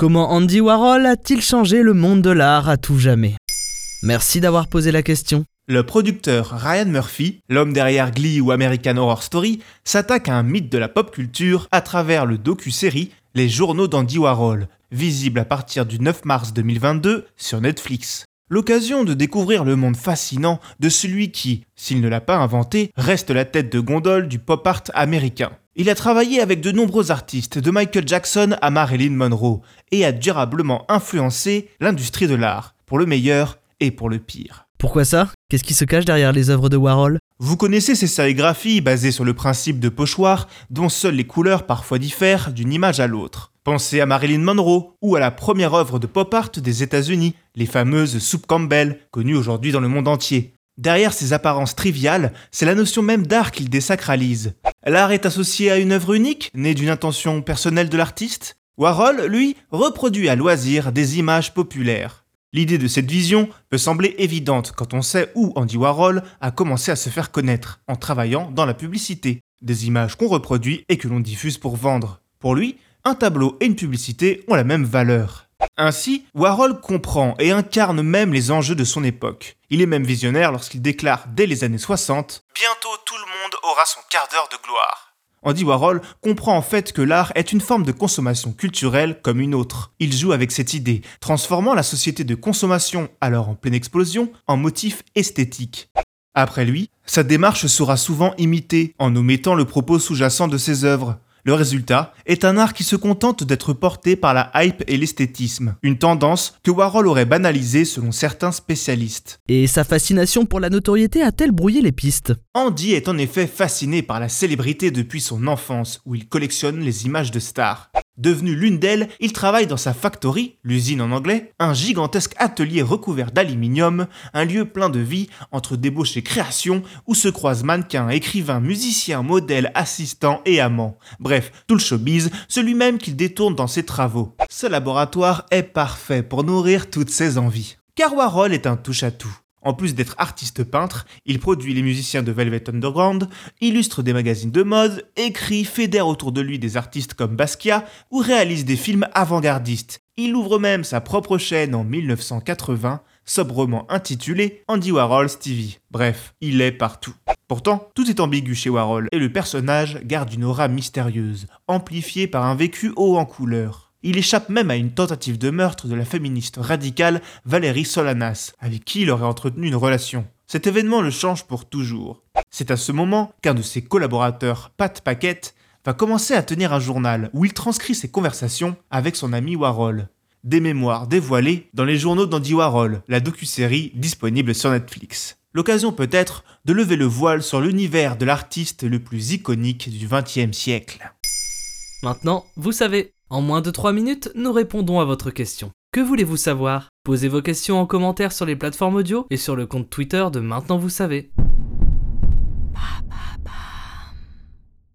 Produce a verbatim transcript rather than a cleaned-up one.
Comment Andy Warhol a-t-il changé le monde de l'art à tout jamais? Merci d'avoir posé la question. Le producteur Ryan Murphy, l'homme derrière Glee ou American Horror Story, s'attaque à un mythe de la pop culture à travers le docu-série Les Journaux d'Andy Warhol, visible à partir du neuf mars deux mille vingt-deux sur Netflix. L'occasion de découvrir le monde fascinant de celui qui, s'il ne l'a pas inventé, reste la tête de gondole du pop art américain. Il a travaillé avec de nombreux artistes, de Michael Jackson à Marilyn Monroe, et a durablement influencé l'industrie de l'art, pour le meilleur et pour le pire. Pourquoi ça? Qu'est-ce qui se cache derrière les œuvres de Warhol? Vous connaissez ces sérigraphies basées sur le principe de pochoir, dont seules les couleurs parfois diffèrent d'une image à l'autre. Pensez à Marilyn Monroe ou à la première œuvre de pop art des États-Unis, les fameuses soupes Campbell, connues aujourd'hui dans le monde entier. Derrière ces apparences triviales, c'est la notion même d'art qu'il désacralise. L'art est associé à une œuvre unique, née d'une intention personnelle de l'artiste. Warhol, lui, reproduit à loisir des images populaires. L'idée de cette vision peut sembler évidente quand on sait où Andy Warhol a commencé à se faire connaître, en travaillant dans la publicité. Des images qu'on reproduit et que l'on diffuse pour vendre. Pour lui, un tableau et une publicité ont la même valeur. Ainsi, Warhol comprend et incarne même les enjeux de son époque. Il est même visionnaire lorsqu'il déclare dès les années soixante « Bientôt tout le monde aura son quart d'heure de gloire ». Andy Warhol comprend en fait que l'art est une forme de consommation culturelle comme une autre. Il joue avec cette idée, transformant la société de consommation, alors en pleine explosion, en motif esthétique. Après lui, sa démarche sera souvent imitée, en omettant le propos sous-jacent de ses œuvres. Le résultat est un art qui se contente d'être porté par la hype et l'esthétisme, une tendance que Warhol aurait banalisée selon certains spécialistes. Et sa fascination pour la notoriété a-t-elle brouillé les pistes? Andy est en effet fasciné par la célébrité depuis son enfance, où il collectionne les images de stars. Devenu l'une d'elles, il travaille dans sa factory, l'usine en anglais, un gigantesque atelier recouvert d'aluminium, un lieu plein de vie entre débauche et création où se croisent mannequins, écrivains, musiciens, modèles, assistants et amants. Bref, tout le showbiz, celui même qu'il détourne dans ses travaux. Ce laboratoire est parfait pour nourrir toutes ses envies. Car Warhol est un touche-à-tout. En plus d'être artiste peintre, il produit les musiciens de Velvet Underground, illustre des magazines de mode, écrit, fédère autour de lui des artistes comme Basquiat ou réalise des films avant-gardistes. Il ouvre même sa propre chaîne en mille neuf cent quatre-vingts, sobrement intitulée Andy Warhol's T V. Bref, il est partout. Pourtant, tout est ambigu chez Warhol et le personnage garde une aura mystérieuse, amplifiée par un vécu haut en couleur. Il échappe même à une tentative de meurtre de la féministe radicale Valérie Solanas, avec qui il aurait entretenu une relation. Cet événement le change pour toujours. C'est à ce moment qu'un de ses collaborateurs, Pat Paquette, va commencer à tenir un journal où il transcrit ses conversations avec son ami Warhol. Des mémoires dévoilées dans les journaux d'Andy Warhol, la docu-série disponible sur Netflix. L'occasion peut-être de lever le voile sur l'univers de l'artiste le plus iconique du vingtième siècle. Maintenant, vous savez. En moins de trois minutes, nous répondons à votre question. Que voulez-vous savoir? Posez vos questions en commentaire sur les plateformes audio et sur le compte Twitter de Maintenant Vous Savez.